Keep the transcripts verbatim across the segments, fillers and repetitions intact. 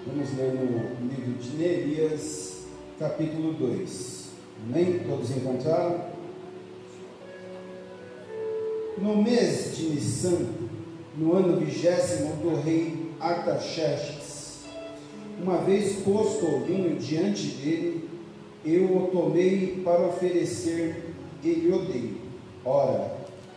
Vamos ler no livro de Neemias, capítulo dois. Amém? Todos encontraram? No mês de Nissan, no ano vigésimo do rei Artaxerxes, uma vez posto o vinho diante dele, eu o tomei para oferecer, ele o dei. Ora,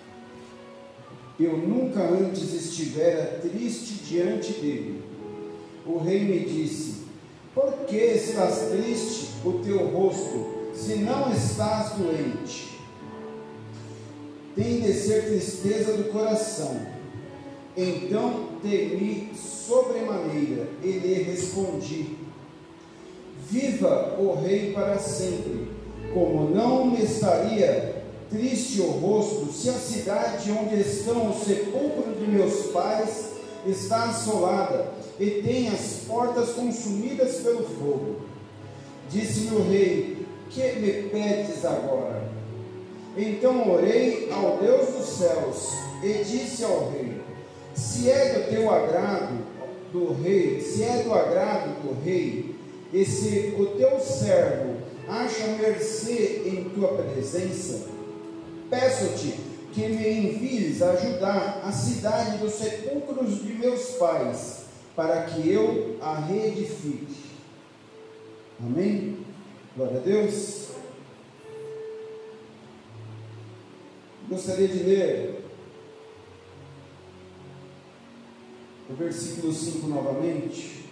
eu nunca antes estivera triste diante dele. O rei me disse: por que estás triste o teu rosto, se não estás doente? Tem de ser tristeza do coração. Então temi sobremaneira, e lhe respondi: viva o rei para sempre, como não me estaria triste o rosto, se a cidade onde estão os sepulcros de meus pais está assolada, e tem as portas consumidas pelo fogo. Disse-me o rei: que me pedes agora? Então orei ao Deus dos céus, e disse ao rei: se é do teu agrado do rei, se é do agrado do rei, e se o teu servo acha mercê em tua presença, peço-te que me envies ajudar a cidade dos sepulcros de meus pais, para que eu a reedifique. Amém? Glória a Deus. Gostaria de ler o versículo cinco novamente.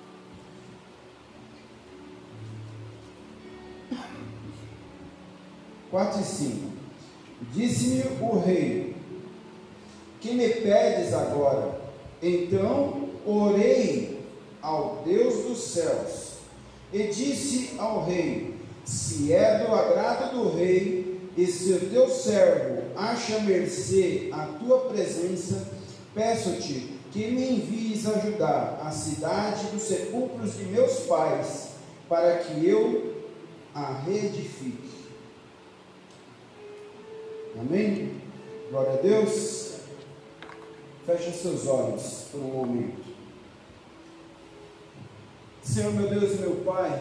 quatro e cinco. Disse-me o rei: que me pedes agora? Então orei ao Deus dos céus, e disse ao rei: se é do agrado do rei, e se o teu servo acha mercê à tua presença, peço-te que me envies ajudar a cidade dos sepulcros de meus pais, para que eu a reedifique. Amém? Glória a Deus. Feche os seus olhos por um momento. Senhor, meu Deus e meu Pai,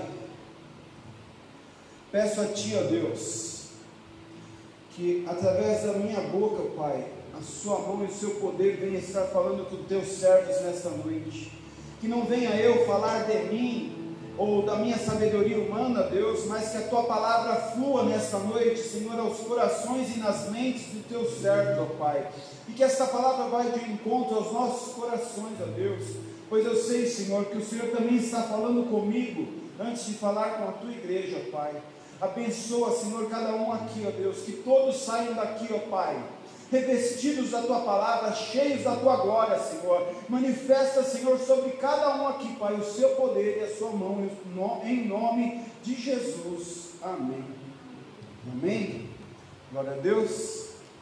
peço a Ti, ó Deus, que através da minha boca, Pai, a Sua mão e o Seu poder venha estar falando com os Teus servos nesta noite. Que não venha eu falar de mim ou da minha sabedoria humana, Deus, mas que a Tua palavra flua nesta noite, Senhor, aos corações e nas mentes dos Teus servos, ó Pai. E que esta palavra vai de encontro aos nossos corações, ó Deus, pois eu sei, Senhor, que o Senhor também está falando comigo antes de falar com a Tua igreja, ó Pai. Abençoa, Senhor, cada um aqui, ó Deus, que todos saiam daqui, ó Pai, revestidos da Tua palavra, cheios da Tua glória, Senhor. Manifesta, Senhor, sobre cada um aqui, Pai, o Seu poder e a Sua mão, em nome de Jesus. Amém. Amém. Glória a Deus.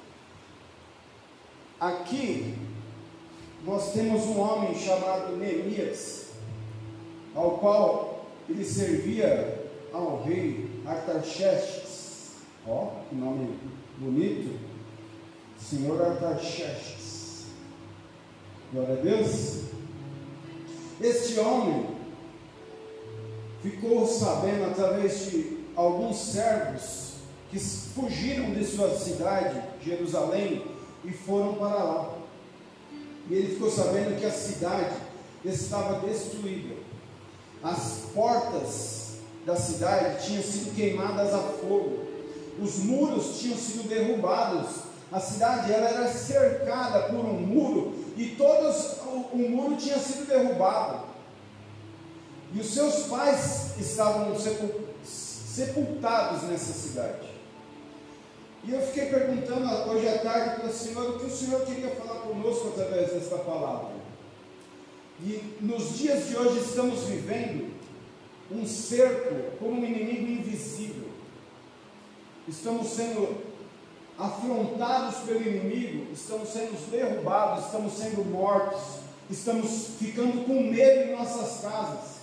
Aqui nós temos um homem chamado Neemias, ao qual ele servia ao rei Artaxerxes. Ó, que nome bonito, Senhor Artaxerxes. Glória a Deus. Este homem ficou sabendo através de alguns servos que fugiram de sua cidade, Jerusalém, e foram para lá. E ele ficou sabendo que a cidade estava destruída. As portas da cidade tinham sido queimadas a fogo. Os muros tinham sido derrubados. A cidade ela era cercada por um muro, e todos o, o muro tinha sido derrubado. E os seus pais estavam sepultados nessa cidade. E eu fiquei perguntando hoje à tarde para o Senhor o que o Senhor queria falar conosco através desta palavra. E nos dias de hoje estamos vivendo um cerco como um inimigo invisível. Estamos sendo afrontados pelo inimigo, estamos sendo derrubados, estamos sendo mortos, estamos ficando com medo em nossas casas.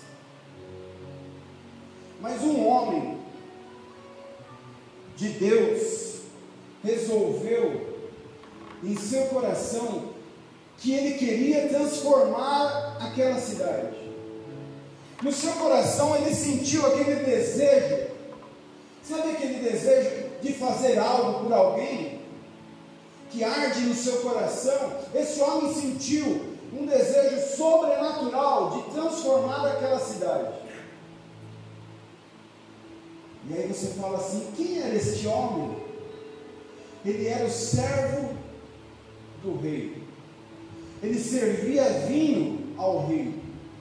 Mas um homem de Deus resolveu em seu coração que ele queria transformar aquela cidade. No seu coração ele sentiu aquele desejo, sabe aquele desejo de fazer algo por alguém, que arde no seu coração? Esse homem sentiu um desejo sobrenatural de transformar aquela cidade. E aí você fala assim: quem era este homem? Ele era o servo do rei, ele servia vinho ao rei.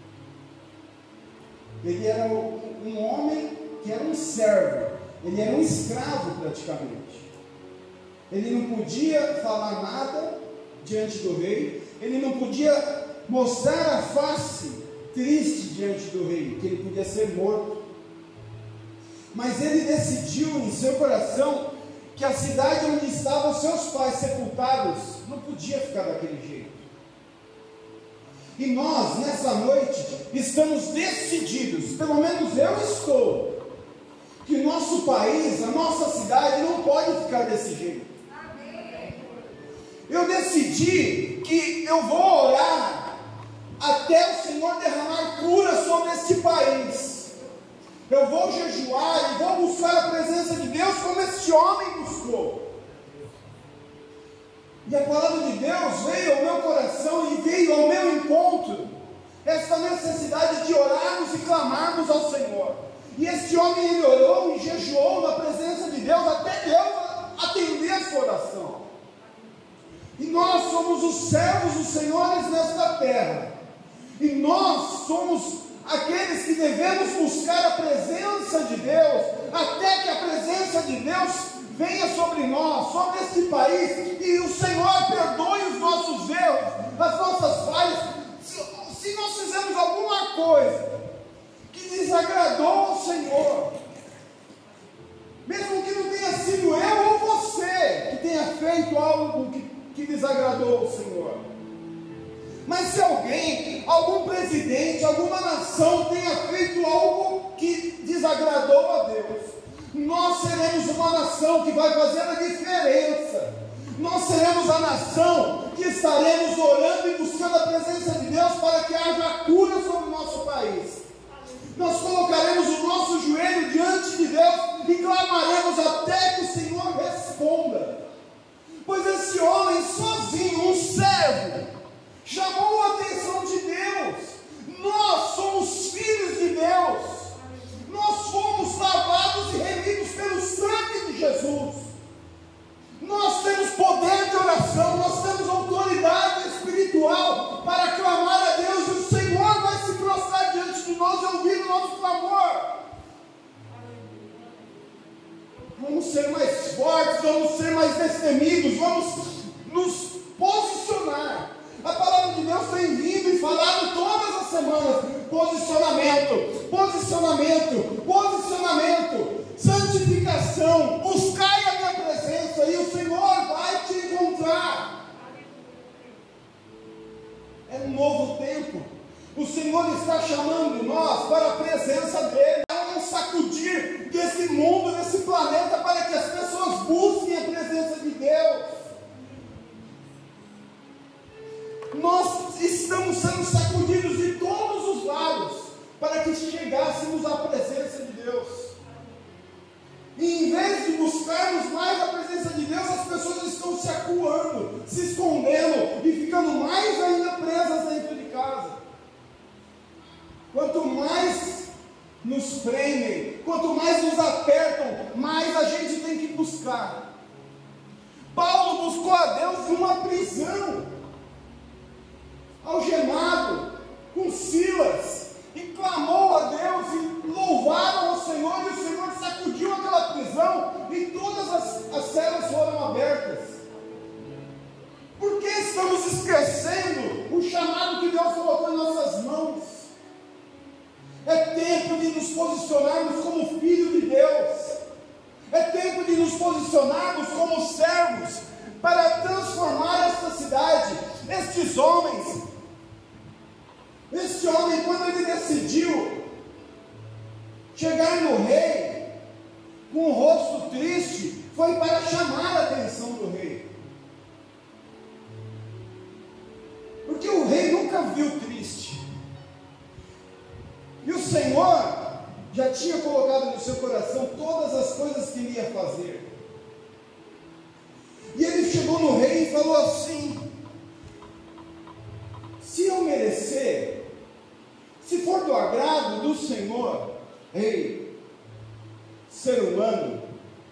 Ele era um homem que era um servo, ele era um escravo praticamente. Ele não podia falar nada diante do rei, ele não podia mostrar a face triste diante do rei, que ele podia ser morto. Mas ele decidiu em seu coração que a cidade onde estavam seus pais sepultados não podia ficar daquele jeito. E nós, nessa noite, estamos decididos, pelo menos eu estou, que nosso país, a nossa cidade não pode ficar desse jeito. Eu decidi que eu vou orar até o Senhor derramar cura sobre este país. Eu vou jejuar e vou buscar a presença de Deus como este homem buscou. E a palavra de Deus veio ao meu coração e veio ao meu encontro esta necessidade de orarmos e clamarmos ao Senhor. E este homem, ele orou e jejuou na presença de Deus até Deus atender a sua oração. E nós somos os servos dos senhores nesta terra, e nós somos aqueles que devemos buscar a presença de Deus, até que a presença de Deus venha sobre nós, sobre este país, e o Senhor perdoe os nossos erros, as nossas falhas. Se, se nós fizemos alguma coisa que desagradou ao Senhor, mesmo que não tenha sido eu ou você que tenha feito algo que, que desagradou ao Senhor, mas se alguém, algum presidente, alguma nação tenha feito algo que desagradou a Deus, nós seremos uma nação que vai fazer a diferença. Nós seremos a nação que estaremos orando e buscando a presença de Deus para que haja cura sobre o nosso país. Nós colocaremos o nosso joelho diante de Deus e clamaremos até que o Senhor responda. Pois esse homem sozinho, um servo, chamou a atenção de Deus. Nós somos filhos de Deus. Nós fomos lavados e remidos pelo sangue de Jesus. Nós temos poder de oração, nós temos autoridade espiritual para clamar a Deus, e o Senhor vai se prostrar diante de nós e ouvir o nosso clamor. Vamos ser mais fortes, vamos ser mais destemidos, vamos nos posicionar. A palavra de Deus tem vindo e falado todas as semanas: posicionamento, posicionamento, posicionamento, santificação. Buscai a minha presença e o Senhor vai te encontrar. É um novo tempo. O Senhor está chamando nós para a presença dEle. Há um sacudir desse mundo, desse planeta, para que as pessoas busquem a presença de Deus. Nós estamos sendo sacudidos de todos os lados para que chegássemos à presença de Deus. E em vez de buscarmos mais a presença de Deus, as pessoas estão se acuando, se escondendo e ficando mais ainda presas dentro de casa. Quanto mais nos prendem, quanto mais nos apertam, mais a gente tem que buscar. Paulo buscou a Deus em uma prisão, algemado, com Silas, e clamou a Deus, e louvaram ao Senhor, e o Senhor sacudiu aquela prisão, e todas as, as celas foram abertas. Por que estamos esquecendo o chamado que Deus colocou em nossas mãos? É tempo de nos posicionarmos como filho de Deus, é tempo de nos posicionarmos como servos, para transformar esta cidade. Estes homens, este homem, quando ele decidiu chegar no rei, com o rosto triste, foi para chamar a atenção do rei, porque o rei nunca viu triste, e o Senhor já tinha colocado no seu coração todas as coisas que ele ia fazer. E ele chegou no rei e falou assim: se eu merecer, se for do agrado do Senhor, rei, ser humano,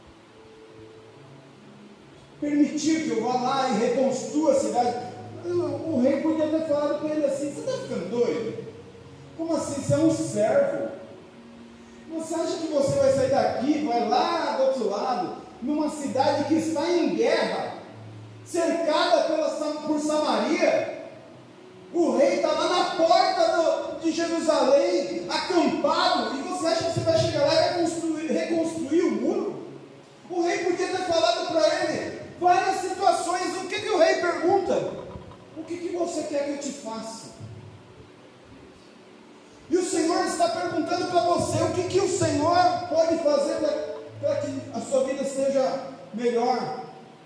permitir que eu vá lá e reconstrua a cidade. O rei podia ter falado para ele assim: você está ficando doido? Como assim? Você é um servo? Você acha que você vai sair daqui, vai lá do outro lado, numa cidade que está em guerra, cercada pela, por Samaria? O rei está lá na porta do, de Jerusalém, acampado, e você acha que você vai chegar lá e reconstruir, reconstruir o muro? O rei podia ter falado para ele várias situações. O que, que o rei pergunta? O que, que você quer que eu te faça? E o Senhor está perguntando para você: o que, que o Senhor pode fazer para que a sua vida seja melhor?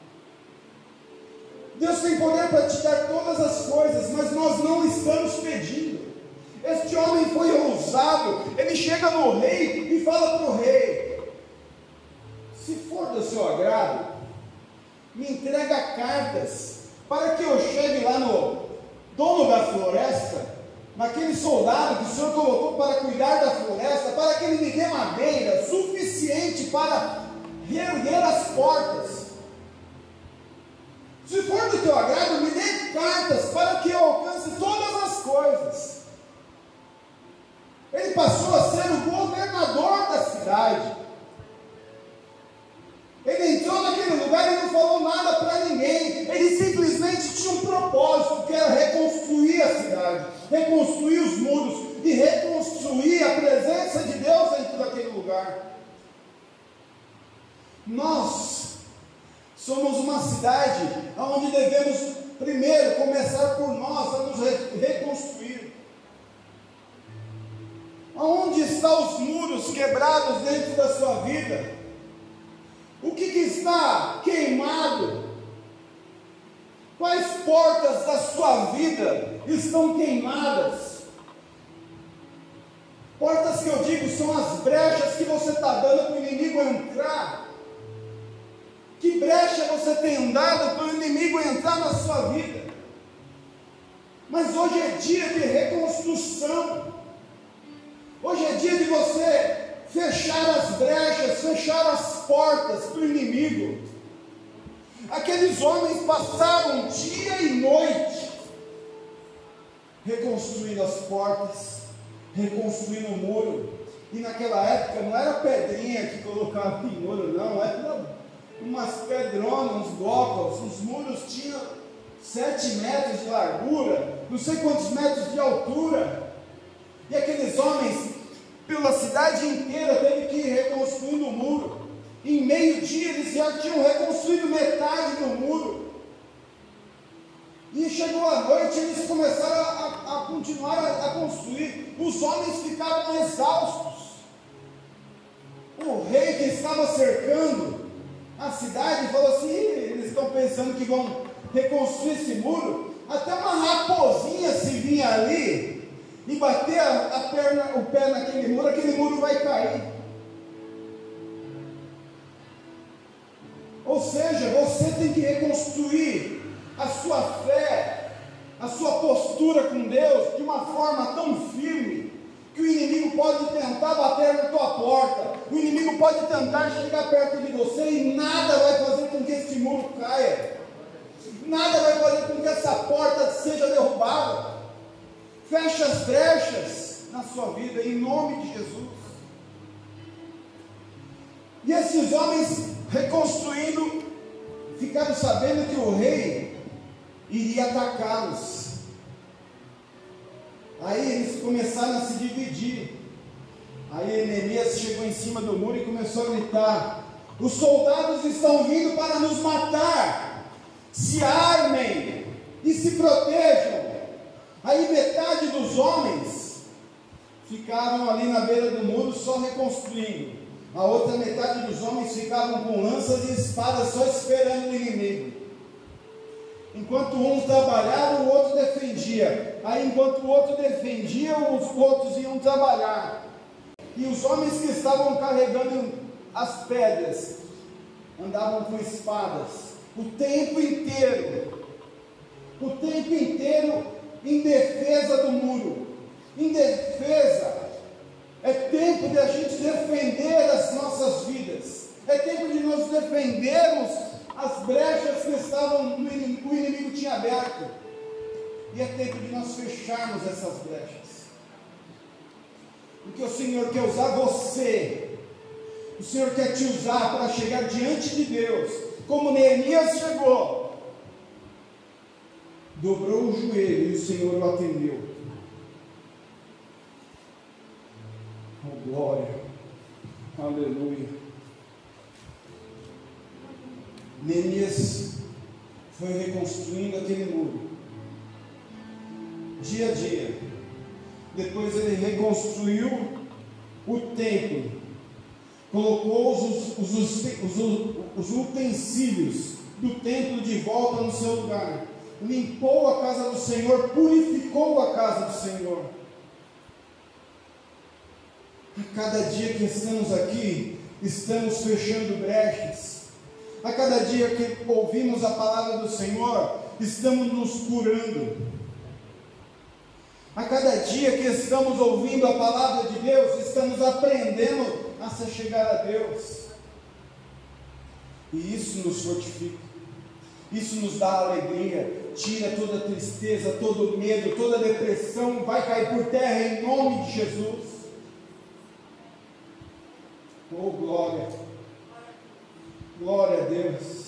Deus tem poder para te dar todas as coisas, mas nós não estamos pedindo. Este homem foi ousado. Ele chega no rei e fala para o rei: se for do seu agrado, me entrega cartas para que eu chegue lá no dono da floresta, naquele soldado que o Senhor colocou para cuidar da floresta, para que ele me dê madeira suficiente para reerguer as portas. Se for do teu agrado, me dê cartas para que eu alcance todas as coisas. Ele passou a ser o governador da cidade. Ele entrou naquele lugar e não falou nada para ninguém. Ele simplesmente tinha um propósito, que era reconstruir a cidade, reconstruir os muros e reconstruir a presença de Deus dentro daquele lugar. Nós somos uma cidade onde devemos primeiro começar por nós a nos reconstruir. Aonde estão os muros quebrados dentro da sua vida? O que, que está queimado? Quais portas da sua vida estão queimadas? Portas que eu digo são as brechas que você está dando para o inimigo entrar. Que brecha você tem dado para o inimigo entrar na sua vida? Mas hoje é dia de reconstrução. Hoje é dia de você fechar as brechas, fechar as portas para o inimigo. Aqueles homens passavam dia e noite reconstruindo as portas, reconstruindo o muro. E naquela época não era pedrinha que colocava em muro, não, era umas pedronas, uns blocos. Os muros tinham sete metros de largura, não sei quantos metros de altura. E aqueles homens, pela cidade inteira, teve que ir reconstruindo o muro. Em meio dia eles já tinham reconstruído metade do muro. E chegou a noite, eles começaram a, a continuar a, a construir. Os homens ficaram exaustos. O rei que estava cercando a cidade falou assim: eles estão pensando que vão reconstruir esse muro. Até uma raposinha se vinha ali e bater a, a perna, o pé naquele muro, aquele muro vai cair. Ou seja, você tem que reconstruir a sua fé, a sua postura com Deus de uma forma tão firme que o inimigo pode tentar bater na tua porta, o inimigo pode tentar chegar perto de você e nada vai fazer com que esse muro caia, nada vai fazer com que essa porta seja derrubada. Feche as brechas na sua vida, em nome de Jesus. E esses homens reconstruindo, ficaram sabendo que o rei iria atacá-los. Aí eles começaram a se dividir. Aí Neemias chegou em cima do muro e começou a gritar: os soldados estão vindo para nos matar, se armem e se protejam. Aí metade dos homens ficaram ali na beira do muro só reconstruindo. A outra metade dos homens ficavam com lanças e espadas só esperando o inimigo. Enquanto um trabalhava, o outro defendia. Aí enquanto o outro defendia, os outros iam trabalhar. E os homens que estavam carregando as pedras andavam com espadas o tempo inteiro, o tempo inteiro em defesa do muro, em defesa. É tempo de a gente defender as nossas vidas, é tempo de nós defendermos as brechas que estavam no inimigo, o inimigo tinha aberto, e é tempo de nós fecharmos essas brechas, porque o Senhor quer usar você, o Senhor quer te usar para chegar diante de Deus, como Neemias chegou, dobrou o joelho e o Senhor o atendeu. Oh, glória, aleluia. Neemias foi reconstruindo aquele muro, dia a dia. Depois ele reconstruiu o templo, colocou os, os, os, os, os utensílios do templo de volta no seu lugar, limpou a casa do Senhor, purificou a casa do Senhor. A cada dia que estamos aqui, estamos fechando brechas. A cada dia que ouvimos a palavra do Senhor, estamos nos curando. A cada dia que estamos ouvindo a palavra de Deus, estamos aprendendo a se chegar a Deus. E isso nos fortifica, isso nos dá alegria, tira toda a tristeza, todo o medo, toda a depressão, vai cair por terra em nome de Jesus. Oh, glória, glória a Deus.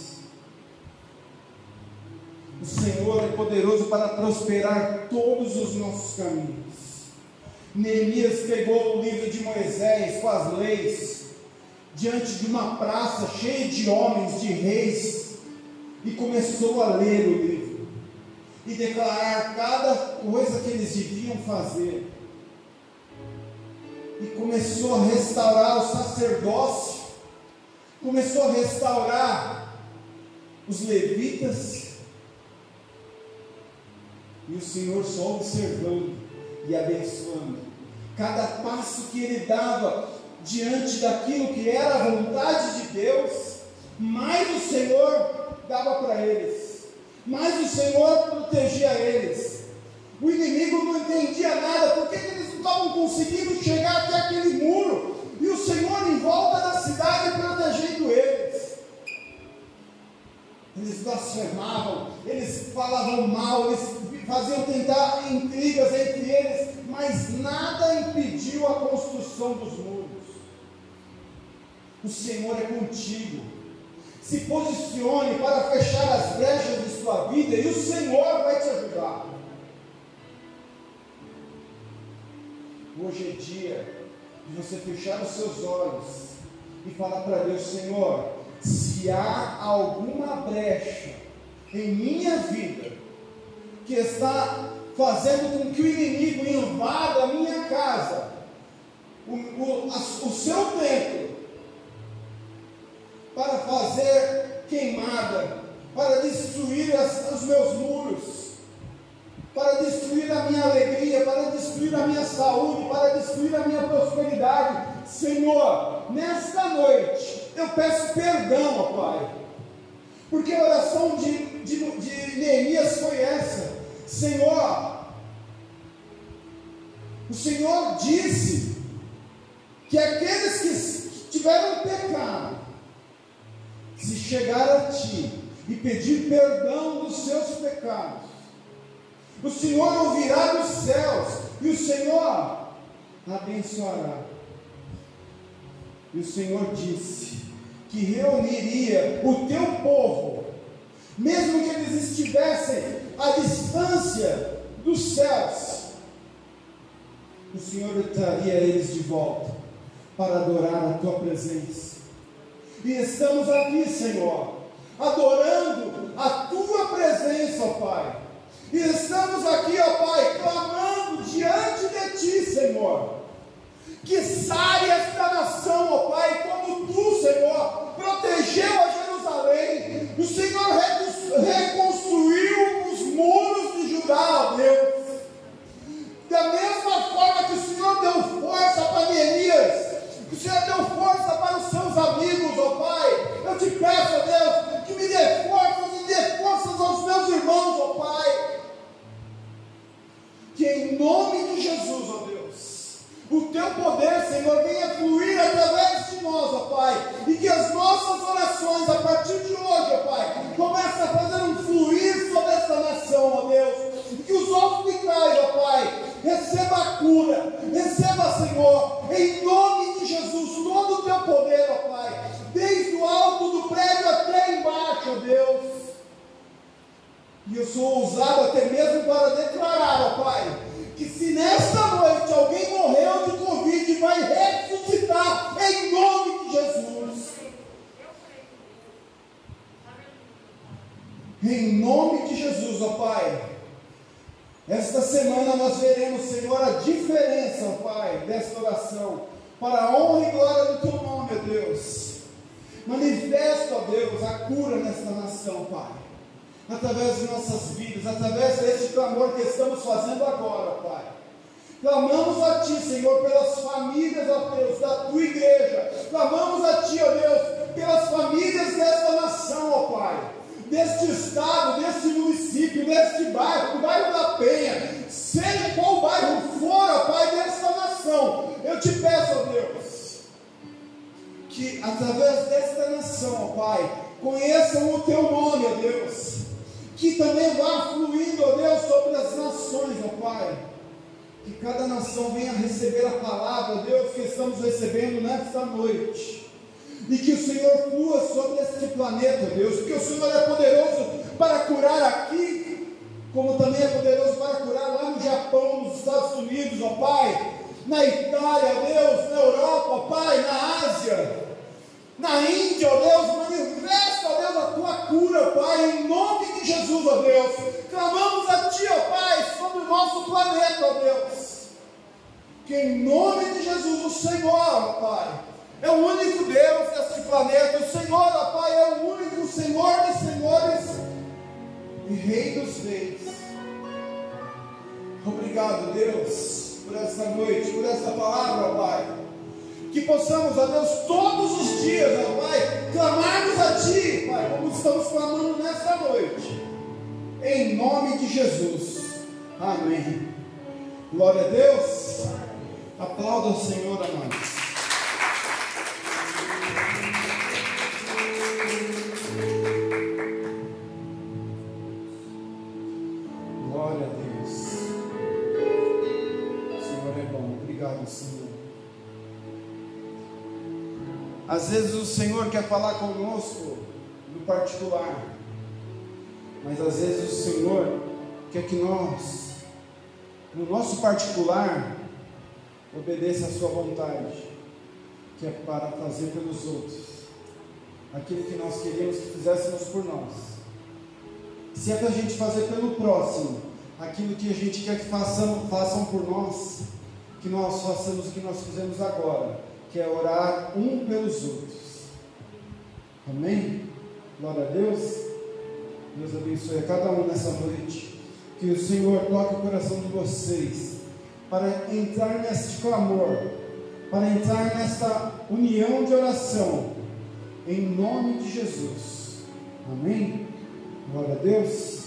O Senhor é poderoso para prosperar todos os nossos caminhos. Neemias pegou o livro de Moisés com as leis, diante de uma praça cheia de homens, de reis, e começou a ler o livro, e declarar cada coisa que eles deviam fazer, e começou a restaurar o sacerdócio, começou a restaurar os levitas, e o Senhor só observando e abençoando cada passo que ele dava diante daquilo que era a vontade de Deus. Mais o Senhor dava para eles, mais o Senhor protegia eles. O inimigo não entendia nada, porque eles não estavam conseguindo chegar até aquele muro, e o Senhor em volta da cidade protegendo eles. Eles blasfemavam, eles falavam mal, eles faziam tentar intrigas entre eles, mas nada impediu a construção dos muros. O Senhor é contigo. Se posicione para fechar as brechas de sua vida, e o Senhor vai te ajudar. Hoje é dia de você fechar os seus olhos e falar para Deus: Senhor, se há alguma brecha em minha vida que está fazendo com que o inimigo invada a minha casa, o, o, a, o seu templo, para fazer queimada, para destruir as, os meus muros, para destruir a minha alegria, para destruir a minha saúde, para destruir a minha prosperidade, Senhor, nesta noite eu peço perdão, ó Pai, porque a oração de, de, de Neemias foi essa: Senhor, o Senhor disse que aqueles que tiveram pecado, se chegar a Ti e pedir perdão dos seus pecados, o Senhor ouvirá dos céus e o Senhor abençoará. E o Senhor disse que reuniria o Teu povo, mesmo que eles estivessem à distância dos céus, o Senhor traria eles de volta para adorar a Tua presença. E estamos aqui, Senhor, adorando a Tua presença, ó Pai. E estamos aqui, ó Pai, clamando diante de Ti, Senhor, que sare esta nação, ó Pai, como Tu, Senhor, protegeu a Jerusalém. O Senhor reconstruiu os muros de Judá, ó Deus. Da mesma forma que o Senhor deu força para Neemias Que em nome de Jesus, ó Deus, o Teu poder, Senhor, venha fluir através de nós, ó Pai, e que as nossas orações, a partir de hoje, ó Pai, comecem a fazer um fluir sobre esta nação, ó Deus, e que os hospitais, ó Pai, receba a cura, receba, Senhor, em nome de Jesus, todo o Teu poder, ó Pai, desde o alto do prédio até embaixo, ó Deus. E eu sou ousado até mesmo para declarar, ó Pai, que se nesta noite alguém morreu de Covid, vai ressuscitar em nome de Jesus. Em nome de Jesus, ó Pai. Esta semana nós veremos, Senhor, a diferença, ó Pai, desta oração, para a honra e glória do Teu nome, ó Deus. Manifesta, ó Deus, a cura nesta nação, Pai, através de nossas vidas, através deste clamor que estamos fazendo agora, Pai. Clamamos a Ti, Senhor, pelas famílias, ó Deus, da Tua igreja. Clamamos a Ti, ó Deus, pelas famílias desta nação, ó Pai, deste estado, deste município, deste bairro, do bairro da Penha, seja qual bairro for, ó Pai, desta nação. Eu te peço, ó Deus, que através desta nação, ó Pai, conheçam o Teu nome, ó Deus, que também vá fluindo, ó Deus, sobre as nações, ó Pai, que cada nação venha receber a palavra, ó Deus, que estamos recebendo nesta noite, e que o Senhor flua sobre este planeta, ó Deus, porque o Senhor é poderoso para curar aqui, como também é poderoso para curar lá no Japão, nos Estados Unidos, ó Pai, na Itália, ó Deus, na Europa, ó Pai, na Ásia, na Índia, ó Deus, manifesta, ó Deus, a Tua cura, Pai, em nome de Jesus, ó Deus. Clamamos a Ti, ó Pai, sobre o nosso planeta, ó Deus, que em nome de Jesus, o Senhor, ó Pai, é o único Deus deste planeta. O Senhor, ó Pai, é o único Senhor dos senhores e Rei dos reis. Obrigado, Deus, por esta noite, por esta palavra, ó Pai. Que possamos, ó Deus, todos os dias, ó Pai, clamarmos a Ti, Pai, como estamos clamando nesta noite, em nome de Jesus. Amém. Glória a Deus. Aplauda o Senhor, amados. Glória a Deus. O Senhor é bom. Obrigado, Senhor. Às vezes o Senhor quer falar conosco no particular, mas às vezes o Senhor quer que nós, no nosso particular, obedeça a sua vontade, que é para fazer pelos outros aquilo que nós queríamos que fizéssemos por nós. Se é para a gente fazer pelo próximo aquilo que a gente quer que façam, façam por nós, que nós façamos o que nós fizemos agora, que é orar um pelos outros. Amém? Glória a Deus. Deus abençoe a cada um nessa noite. Que o Senhor toque o coração de vocês para entrar neste clamor, para entrar nesta união de oração, em nome de Jesus. Amém? Glória a Deus.